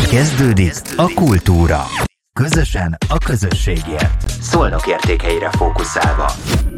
Kezdődik a kultúra. Közösen a közösségért. Szolnok értékeire fókuszálva.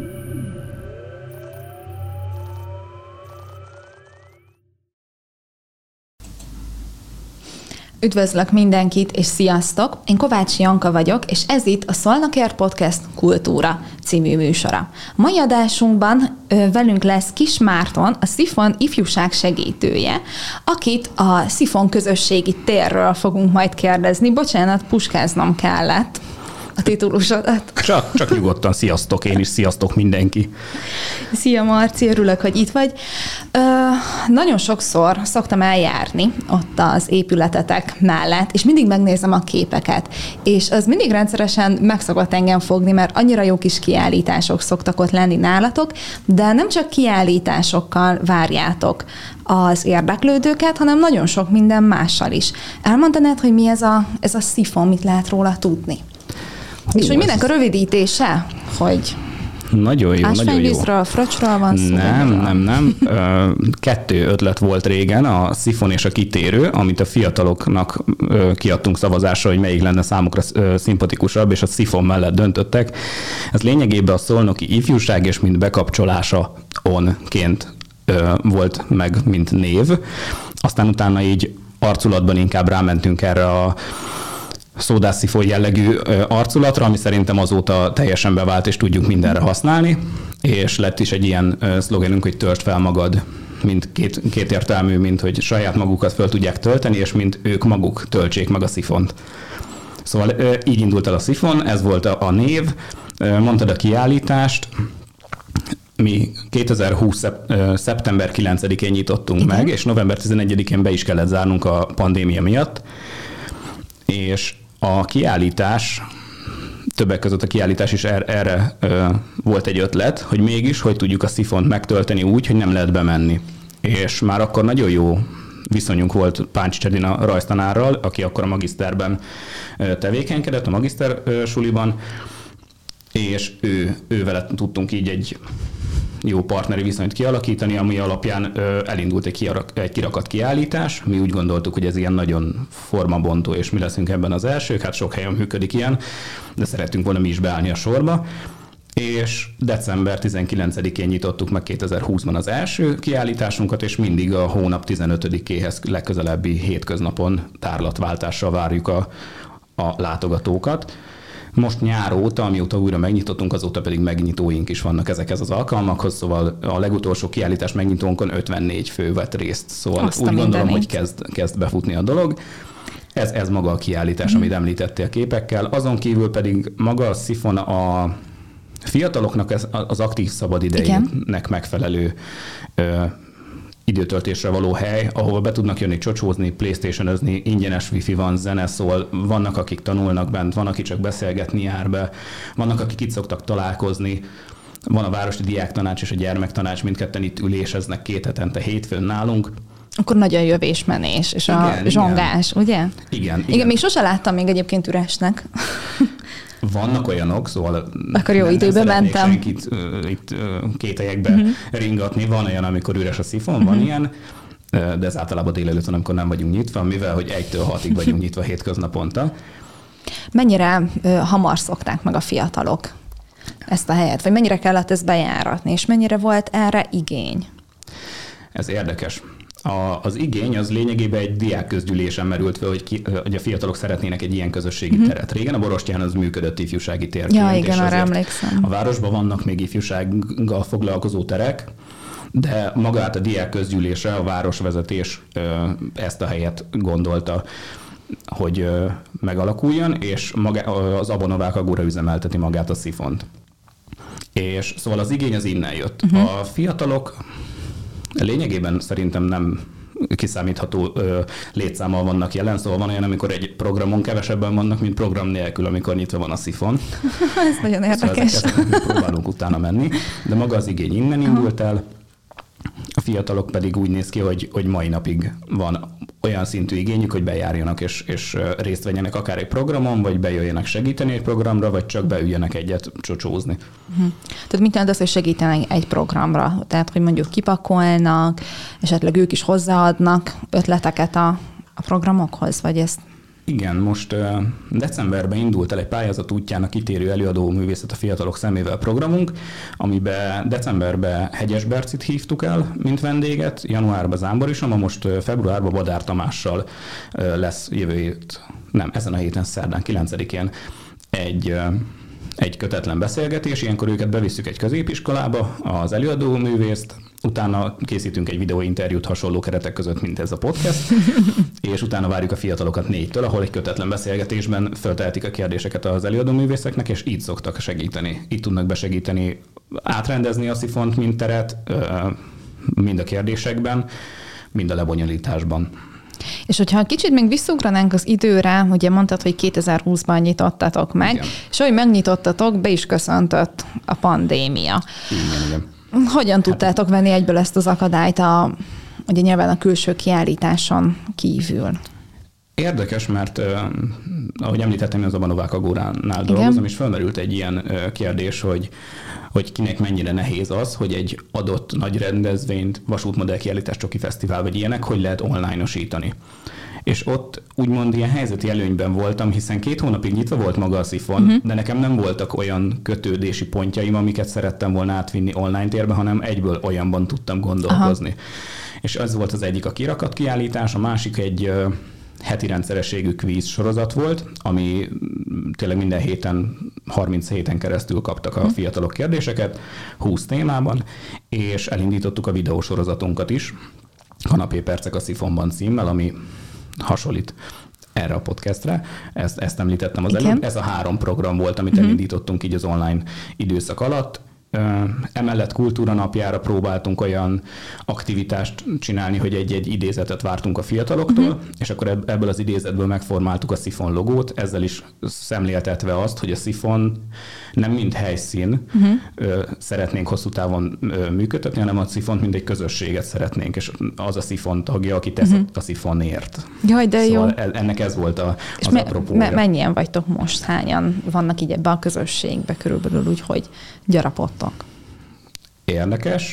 Üdvözlök mindenkit, és sziasztok! Én Kovácsi Janka vagyok, és ez itt a Szolnokért Podcast Kultúra című műsora. A mai adásunkban velünk lesz Kis Márton, a Szifon ifjúság segítője, akit a Szifon közösségi térről fogunk majd kérdezni. Bocsánat, puskáznom kellett a titulusodat. Csak nyugodtan, sziasztok, én is, sziasztok mindenki. Szia Marci, örülök, hogy itt vagy. Nagyon sokszor szoktam eljárni ott az épületetek mellett, és mindig megnézem a képeket, és az mindig rendszeresen meg szokott engem fogni, mert annyira jó kis kiállítások szoktak ott lenni nálatok, de nem csak kiállításokkal várjátok az érdeklődőket, hanem nagyon sok minden mással is. Elmondanád, hogy mi ez a Szifon, mit lehet róla tudni? És hogy minek a rövidítése? Hogy nagyon jó, ásványvízről, fröccsről van szó? Nem. 2 ötlet volt régen, a Szifon és a kitérő, amit a fiataloknak kiadtunk szavazásra, hogy melyik lenne számukra szimpatikusabb, és a Szifon mellett döntöttek. Ez lényegében a szolnoki ifjúság és mint bekapcsolása onként volt meg, mint név. Aztán utána így arculatban inkább rámentünk erre a szódászszifon jellegű arculatra, ami szerintem azóta teljesen bevált, és tudjuk mindenre használni, és lett is egy ilyen szlogenünk, hogy töltsd fel magad, mint kétértelmű, mint hogy saját magukat föl tudják tölteni, és mint ők maguk töltsék meg a Szifont. Szóval így indult el a Szifon, ez volt a név, mondtad a kiállítást, mi 2020. szeptember 9-én nyitottunk meg, és november 11-én be is kellett zárnunk a pandémia miatt, és a kiállítás, többek között a kiállítás is erre volt egy ötlet, hogy mégis hogy tudjuk a Szifont megtölteni úgy, hogy nem lehet bemenni. És már akkor nagyon jó viszonyunk volt Páncsics Edina rajztanárral, aki akkor a magiszterben tevékenykedett, a magiszter suliban, és ővele tudtunk így egy jó partneri viszonyt kialakítani, ami alapján elindult egy kirakat kiállítás. Mi úgy gondoltuk, hogy ez ilyen nagyon formabontó, és mi leszünk ebben az elsők. Hát sok helyen működik ilyen, de szerettünk volna mi is beállni a sorba. És december 19-én nyitottuk meg 2020-ban az első kiállításunkat, és mindig a hónap 15-éhez legközelebbi hétköznapon tárlatváltással várjuk a látogatókat. Most nyár óta, amióta újra megnyitottunk, azóta pedig megnyitóink is vannak ezekhez az alkalmakhoz, szóval a legutolsó kiállítás megnyitónkon 54 fő vett részt, szóval azt úgy gondolom, hogy kezd befutni a dolog. Ez maga a kiállítás, amit említettél képekkel. Azon kívül pedig maga a Szifon a fiataloknak az aktív szabadidejének megfelelő időtöltésre való hely, ahova be tudnak jönni csocsózni, PlayStation-özni, ingyenes wifi van, zene szól, vannak, akik tanulnak bent, van, aki csak beszélgetni jár be, vannak, akik itt szoktak találkozni, van a Városi Diáktanács és a Gyermektanács, mindketten itt üléseznek 2 hetente hétfőn nálunk. Akkor nagy a jövésmenés, és a zsongás, ugye? Igen. Még sose láttam még egyébként üresnek. Vannak olyanok, szóval akkor jó időben mentem. Senkit itt kételyekbe ringatni. Van olyan, amikor üres a Szifon, van ilyen, de ez általában délelőtt, amikor nem vagyunk nyitva, mivel hogy 1-től 6-ig vagyunk nyitva hétköznaponta. Mennyire hamar szokták meg a fiatalok ezt a helyet? Vagy mennyire kellett ezt bejáratni, és mennyire volt erre igény? Ez érdekes. Az igény az lényegében egy diákközgyűlésen merült fel, hogy a fiatalok szeretnének egy ilyen közösségi teret. Régen a Borostyán az működött ifjúsági térként. Ja, igen, arra emlékszem. A városban vannak még ifjúsággal foglalkozó terek, de magát a diákközgyűlésre a városvezetés ezt a helyet gondolta, hogy megalakuljon, és az Abonovák Agora üzemelteti magát a Szifont. És szóval az igény az innen jött. A fiatalok lényegében szerintem nem kiszámítható létszámmal vannak jelen, szóval van olyan, amikor egy programon kevesebben vannak, mint program nélkül, amikor nyitva van a Szifon. Ez nagyon érdekes. Szóval próbálunk utána menni, de maga az igény innen indult el, a fiatalok pedig úgy néz ki, hogy mai napig van olyan szintű igényük, hogy bejárjanak és részt vegyenek akár egy programon, vagy bejöjjenek segíteni egy programra, vagy csak beüljenek egyet csocsózni. Tehát mit jelent az, hogy segítenek egy programra? Tehát, hogy mondjuk kipakolnak, esetleg ők is hozzáadnak ötleteket a programokhoz, vagy ezt Igen, most decemberben indult el egy pályázat útján a kitérő előadó művészet a fiatalok szemével programunk, amiben decemberben Hegyes Bercit hívtuk el, mint vendéget, januárban Zámbor is, most februárban Badár Tamással lesz ezen a héten, szerdán 9-én egy kötetlen beszélgetés, ilyenkor őket bevisszük egy középiskolába, az előadó művészt, utána készítünk egy videóinterjút hasonló keretek között, mint ez a podcast, és utána várjuk a fiatalokat 4-től, ahol egy kötetlen beszélgetésben föltehetik a kérdéseket az előadó művészeknek, és így szoktak segíteni. Így tudnak besegíteni, átrendezni a szifont, mint teret, mind a kérdésekben, mind a lebonyolításban. És hogyha kicsit még visszugranánk az időre, ugye mondtad, hogy 2020-ban nyitottatok meg, igen. És ahogy megnyitottatok, be is köszöntött a pandémia. Igen. Hogyan tudtátok venni egyből ezt az akadályt ugye nyilván a külső kiállításon kívül? Érdekes, mert ahogy említettem, az Abanovák Agóránál dolgozom, és felmerült egy ilyen kérdés, hogy kinek mennyire nehéz az, hogy egy adott nagy rendezvényt, vasútmodell kiállítás, Csoki Fesztivál vagy ilyenek, hogy lehet online-osítani. És ott úgymond ilyen helyzeti előnyben voltam, hiszen 2 hónapig nyitva volt maga a szifon, de nekem nem voltak olyan kötődési pontjaim, amiket szerettem volna átvinni online térbe, hanem egyből olyanban tudtam gondolkozni. Aha. És ez volt az egyik a kirakat kiállítás, a másik egy heti rendszerességű kvíz sorozat volt, ami tényleg minden héten, 30 héten keresztül kaptak a fiatalok kérdéseket, 20 témában, és elindítottuk a videósorozatunkat is, Kanapépercek a szifonban címmel, ami hasonlít erre a podcastre. Ezt említettem az előbb. Ez a 3 program volt, amit elindítottunk így az online időszak alatt. Emellett kultúra napjára próbáltunk olyan aktivitást csinálni, hogy egy idézetet vártunk a fiataloktól, és akkor ebből az idézetből megformáltuk a szifon logót, ezzel is szemléltetve azt, hogy a szifon nem mint helyszín szeretnénk hosszú távon működtetni, hanem a szifont mint egy közösséget szeretnénk, és az a szifon tagja, aki tesz a szifonért. Jaj, de szóval jó. Ennek ez volt az apropója. Mennyien vagytok most? Hányan vannak így ebbe a közösségbe körülbelül úgy, hogy gyarapodtok? Érdekes.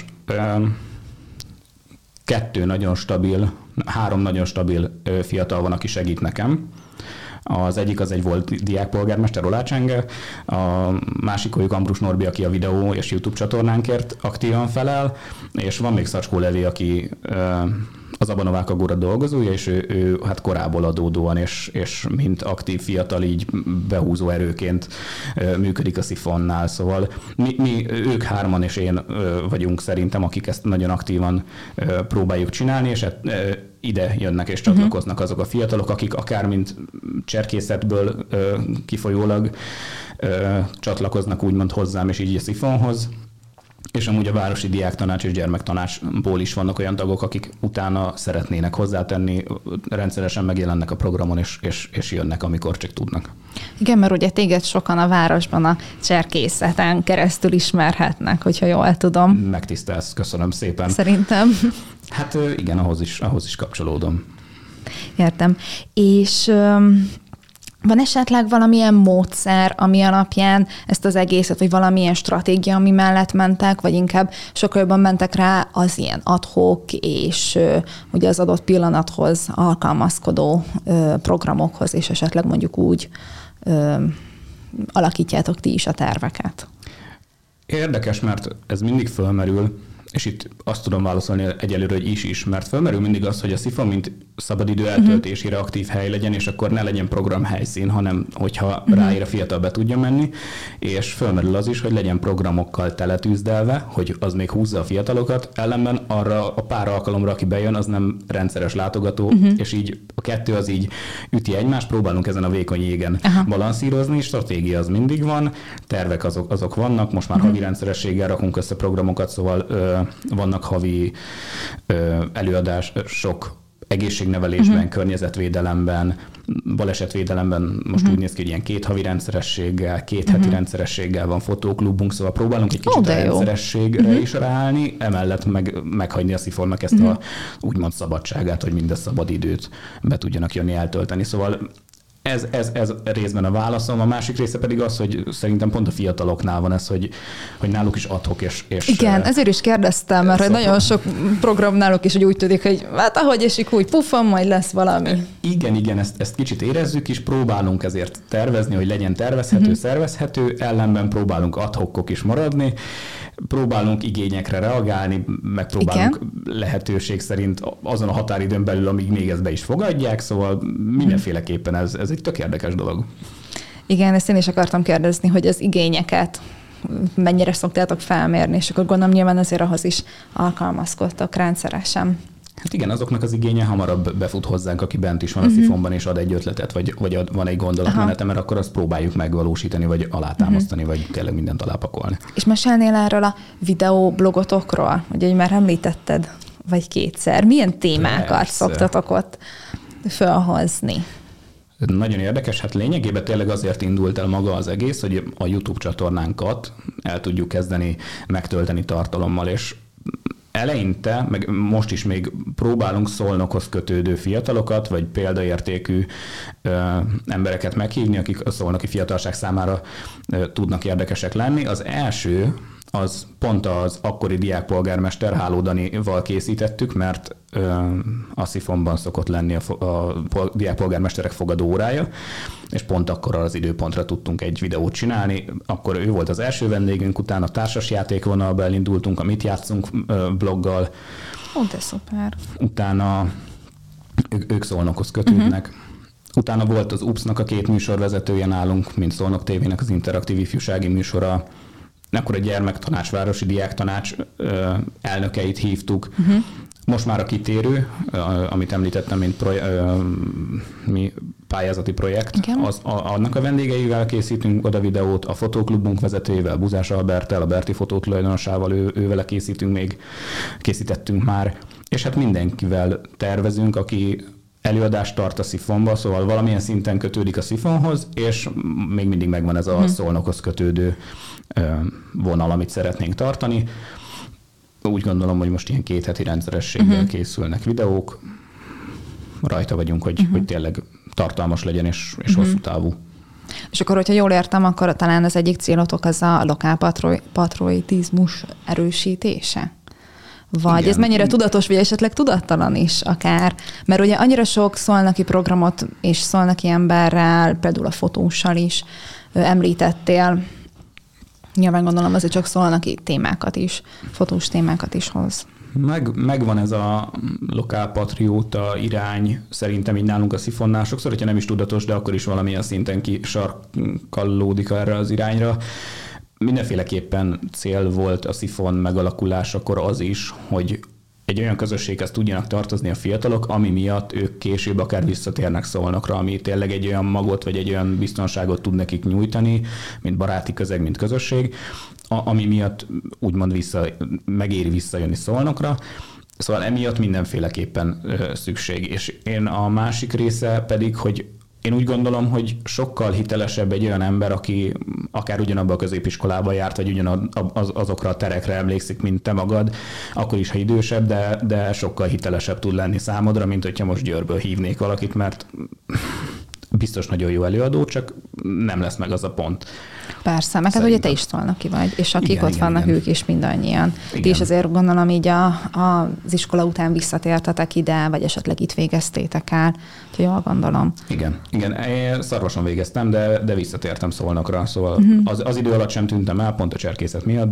3 nagyon stabil fiatal van, aki segít nekem. Az egyik az egy volt diákpolgármester, Olács Enge, a másik hogy Ambrus Norbi, aki a videó és YouTube csatornánkért aktívan felel, és van még Szacskó Levi, aki az Abanovák Agóra dolgozója, és ő hát korából adódóan, és mint aktív fiatal így behúzó erőként működik a szifonnál. Szóval ők 3 és én vagyunk szerintem, akik ezt nagyon aktívan próbáljuk csinálni, és ide jönnek és csatlakoznak azok a fiatalok, akik akár mint cserkészetből kifolyólag csatlakoznak úgymond hozzám, és így a szifonhoz. És amúgy a Városi Diáktanács és Gyermektanácsból is vannak olyan tagok, akik utána szeretnének hozzátenni, rendszeresen megjelennek a programon, és jönnek, amikor csak tudnak. Igen, mert ugye téged sokan a városban a cserkészeten keresztül ismerhetnek, hogyha jól tudom. Megtisztelsz, köszönöm szépen. Szerintem. Hát igen, ahhoz is kapcsolódom. Értem. És van esetleg valamilyen módszer, ami alapján ezt az egészet, vagy valamilyen stratégia, ami mellett mentek, vagy inkább sokkal jobban mentek rá az ilyen ad-hoc és ugye az adott pillanathoz alkalmazkodó programokhoz, és esetleg mondjuk úgy alakítjátok ti is a terveket? Érdekes, mert ez mindig fölmerül, és itt azt tudom válaszolni egyelőre, hogy is, mert fölmerül mindig az, hogy a szifon mint szabadidő eltöltésére aktív hely legyen, és akkor ne legyen programhelyszín, hanem hogyha ráér a fiatal be tudja menni, és fölmerül az is, hogy legyen programokkal teletűzdelve, hogy az még húzza a fiatalokat, ellenben arra a pár alkalomra, aki bejön, az nem rendszeres látogató, és így a kettő az így üti egymást, próbálunk ezen a vékony jégen balanszírozni, stratégia az mindig van, tervek azok vannak, most már havi rendszerességgel rakunk össze programokat, szóval vannak havi előadások egészségnevelésben, környezetvédelemben, balesetvédelemben, most úgy néz ki, hogy ilyen 2 havi rendszerességgel, 2 heti rendszerességgel van fotóklubunk, szóval próbálunk egy kicsit a rendszerességre is ráállni, emellett meghagyni a szifonnak ezt a úgymond szabadságát, hogy mind a szabad időt be tudjanak jönni eltölteni. Szóval Ez részben a válaszom, a másik része pedig az, hogy szerintem pont a fiataloknál van ez, hogy náluk is ad-hoc és igen, ezért is kérdeztem, mert szóval nagyon sok program náluk is, hogy úgy tudik, hogy hát ahogy esik, úgy puffan, majd lesz valami. Igen, ezt kicsit érezzük is, próbálunk ezért tervezni, hogy legyen tervezhető, szervezhető, ellenben próbálunk ad-hocok is maradni, próbálunk igényekre reagálni, megpróbálunk lehetőség szerint azon a határidőn belül, amíg még ezt be is fogadják, szóval mindenféleképpen ez egy tök érdekes dolog. Igen, ezt én is akartam kérdezni, hogy az igényeket mennyire szoktátok felmérni, és akkor gondolom nyilván azért ahhoz is alkalmazkodtok rendszeresen. Hát igen, azoknak az igénye hamarabb befut hozzánk, aki bent is van a szifonban, és ad egy ötletet, vagy van egy gondolatmenete, mert akkor azt próbáljuk megvalósítani, vagy alátámasztani, vagy tényleg mindent alápakolni. És mesélnél erről a videóblogotokról, ugye már említetted, vagy kétszer. Milyen témákat szoktatok ott fölhozni? Nagyon érdekes, hát lényegében tényleg azért indult el maga az egész, hogy a YouTube csatornánkat el tudjuk kezdeni megtölteni tartalommal, és eleinte, meg most is még próbálunk Szolnokhoz kötődő fiatalokat, vagy példaértékű embereket meghívni, akik a szolnoki fiatalság számára tudnak érdekesek lenni. Az első, az pont az akkori diákpolgármester Háló Danival készítettük, mert a Szifonban szokott lenni a diákpolgármesterek fogadó órája, és pont akkor az időpontra tudtunk egy videót csinálni. Akkor ő volt az első vendégünk, utána társasjátékvonalba elindultunk, a Mit játszunk bloggal. De szuper. Utána ők Szolnokhoz kötődnek. Utána volt az UPS-nak a 2 műsorvezetője nálunk, mint Szolnok TV-nek az interaktív ifjúsági műsora. Akkor a gyermektanács, városi diáktanács elnökeit hívtuk. Most már a kitérő, amit említettem, mint pályázati projekt, annak a vendégeivel készítünk oda videót, a fotóklubunk vezetőjével, Buzás Alberttel, a Berti fotó tulajdonosával, ővele készítettünk már, és hát mindenkivel tervezünk, aki előadást tart a Szifonba, szóval valamilyen szinten kötődik a Szifonhoz, és még mindig megvan ez a Szolnokhoz kötődő vonal, amit szeretnénk tartani. Úgy gondolom, hogy most ilyen 2 heti rendszerességgel készülnek videók. Rajta vagyunk, hogy tényleg tartalmas legyen és hosszú távú. És akkor, hogyha jól értem, akkor talán az egyik célotok az a lokálpatriotizmus erősítése? Vagy igen. Ez mennyire tudatos, vagy esetleg tudattalan is akár? Mert ugye annyira sok szolnoki programot és szolnoki emberrel, például a fotóssal is említettél. Nyilván gondolom azért csak szolnoki témákat is, fotós témákat is hoz. Megvan ez a lokálpatrióta irány, szerintem így nálunk a Szifonnál. Sokszor, hogyha nem is tudatos, de akkor is valamilyen szinten kisarkallódik erre az irányra. Mindenféleképpen cél volt a Szifon megalakulásakor az is, hogy egy olyan közösséghez tudjanak tartozni a fiatalok, ami miatt ők később akár visszatérnek Szolnokra, ami tényleg egy olyan magot, vagy egy olyan biztonságot tud nekik nyújtani, mint baráti közeg, mint közösség, ami miatt úgymond megéri visszajönni Szolnokra. Szóval emiatt mindenféleképpen szükség. És én a másik része pedig, hogy én úgy gondolom, hogy sokkal hitelesebb egy olyan ember, aki akár ugyanabba a középiskolába járt, vagy azokra a terekre emlékszik, mint te magad, akkor is, ha idősebb, de sokkal hitelesebb tud lenni számodra, mint hogyha most Győrből hívnék valakit, mert biztos nagyon jó előadó, csak nem lesz meg az a pont. Persze, meg hát ugye te is Szolnoki vagy, és akik ott vannak, ők is mindannyian. Ti is azért gondolom így az iskola után visszatértetek ide, vagy esetleg itt végeztétek el, hogy jól gondolom. Igen. Én Szarvason végeztem, de visszatértem Szolnokra, szóval az idő alatt sem tűntem el, pont a cserkészet miatt,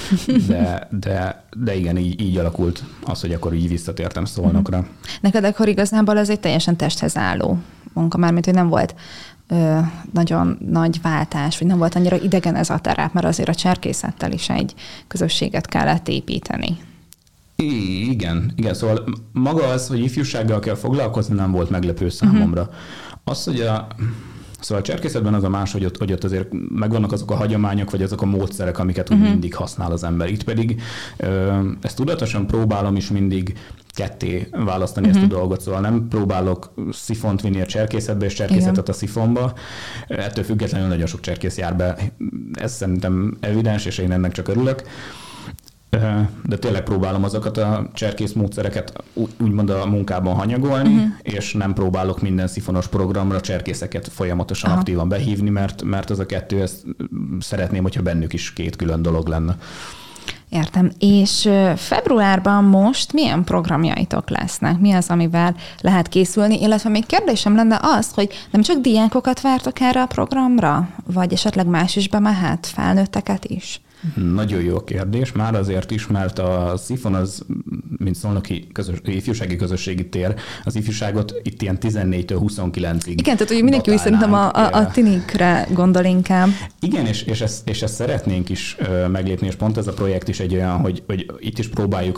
de igen, így alakult az, hogy akkor így visszatértem Szolnokra. Neked akkor igazából ez egy teljesen testhez álló munka, mármint, hogy nem volt nagyon nagy váltás, vagy nem volt annyira idegen ez a terep, mert azért a cserkészettel is egy közösséget kellett építeni. Igen, szóval maga az, hogy ifjúsággal kell foglalkozni, nem volt meglepő számomra. Az, hogy Szóval a cserkészetben az a más, hogy ott azért megvannak azok a hagyományok, vagy azok a módszerek, amiket úgy mindig használ az ember. Itt pedig ezt tudatosan próbálom is mindig ketté választani ezt a dolgot, szóval nem próbálok szifont vinni a cserkészetbe, és cserkészetet a szifonba. Ettől függetlenül nagyon sok cserkész jár be. Ez szerintem evidens, és én ennek csak örülök. De tényleg próbálom azokat a cserkész módszereket úgymond a munkában hanyagolni, és nem próbálok minden szifonos programra cserkészeket folyamatosan aktívan behívni, mert az a kettő, ezt szeretném, hogyha bennük is két külön dolog lenne. Értem. És februárban most milyen programjaitok lesznek? Mi az, amivel lehet készülni? Illetve még kérdésem lenne az, hogy nem csak diákokat vártok erre a programra? Vagy esetleg más is bemehet? Felnőtteket is? Nagyon jó kérdés, már azért is, mert a Szifon az, mint szolnoki ifjúsági közösségi tér, az ifjúságot itt ilyen 14-től 29-ig. Igen, tehát hogy mindenki úgy szerintem a tinikre gondol inkább. Igen, és ezt szeretnénk is meglépni, és pont ez a projekt is egy olyan, hogy itt is próbáljuk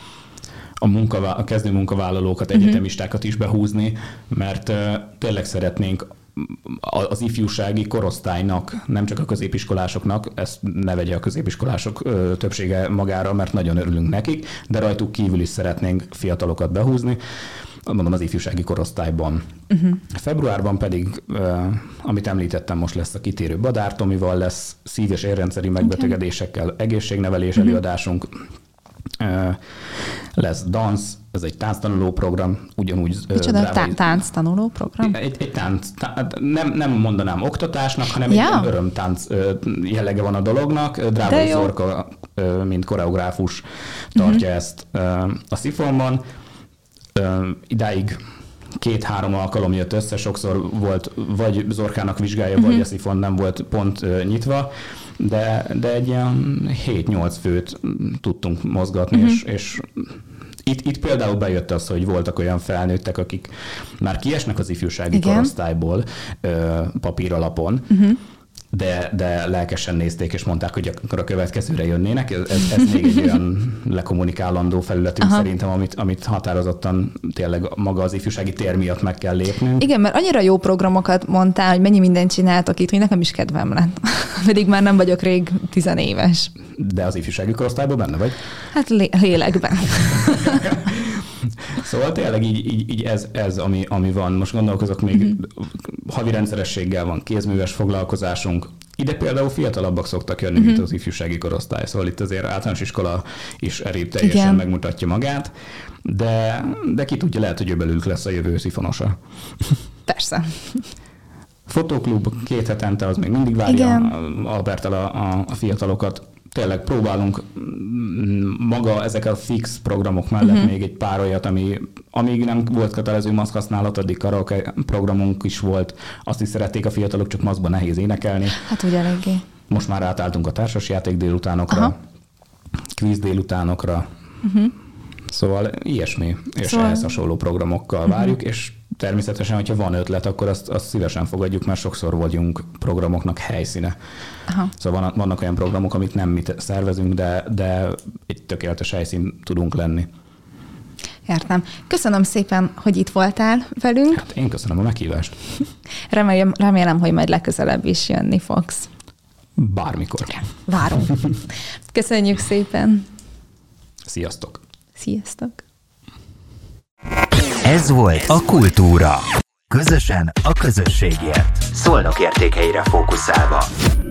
a kezdő munkavállalókat, egyetemistákat is behúzni, mert tényleg szeretnénk az ifjúsági korosztálynak, nem csak a középiskolásoknak, ezt ne vegye a középiskolások többsége magára, mert nagyon örülünk nekik, de rajtuk kívül is szeretnénk fiatalokat behúzni, mondom az ifjúsági korosztályban. Februárban pedig, amit említettem, most lesz a kitérő Badár Tomival, lesz szív- és érrendszeri megbetegedésekkel egészségnevelés előadásunk, lesz dansz, ez egy tánctanuló program, ugyanúgy... Micsoda tánctanuló program? Egy tánc, nem mondanám oktatásnak, hanem egy örömtánc jellege van a dolognak. Drávai Zorka, mint koreográfus tartja ezt a Szifonban. Idáig 2-3 alkalom jött össze, sokszor volt vagy Zorkának vizsgálja, vagy a Szifon nem volt pont nyitva, de egy ilyen 7-8 főt tudtunk mozgatni, és itt például bejött az, hogy voltak olyan felnőttek, akik már kiesnek az ifjúsági korosztályból papíralapon, de lelkesen nézték, és mondták, hogy akkor a következőre jönnének. Ez még egy olyan lekommunikálandó felületünk szerintem, amit határozottan tényleg maga az ifjúsági tér miatt meg kell lépnünk. Igen, mert annyira jó programokat mondtál, hogy mennyi mindent csináltok itt, hogy nekem is kedvem lett. Pedig már nem vagyok rég 10 éves. De az ifjúsági korosztályban benne vagy? Hát lélekben. Szóval tényleg így ez ami van. Most gondolkozok, még havi rendszerességgel van kézműves foglalkozásunk. Ide például fiatalabbak szoktak jönni, mint az ifjúsági korosztály. Szóval itt azért általános iskola is erébb teljesen megmutatja magát, de ki tudja, lehet, hogy ő belőlük lesz a jövő szifonosa. Persze. Fotóklub 2 hetente, az még mindig várja Alberttel a fiatalokat. Tényleg próbálunk maga ezek a fix programok mellett még egy pár olyat, amíg nem volt kötelező maszk használat, addig karaoke programunk is volt. Azt is szerették a fiatalok, csak maszkban nehéz énekelni. Hát ugye eléggé. Most már átálltunk a társasjáték délutánokra, kvíz délutánokra. Szóval ilyesmi, és ehhez hasonló programokkal várjuk, és természetesen, hogyha van ötlet, akkor azt szívesen fogadjuk, mert sokszor vagyunk programoknak helyszíne. Szóval vannak olyan programok, amit nem mi szervezünk, de egy tökéletes helyszín tudunk lenni. Értem. Köszönöm szépen, hogy itt voltál velünk. Hát én köszönöm a meghívást. Remélem, hogy majd legközelebb is jönni fogsz. Bármikor. Várom. Köszönjük szépen. Sziasztok. Sziasztok. Ez volt a Kultúra. Közösen a közösségért. Szolnok értékeire fókuszálva.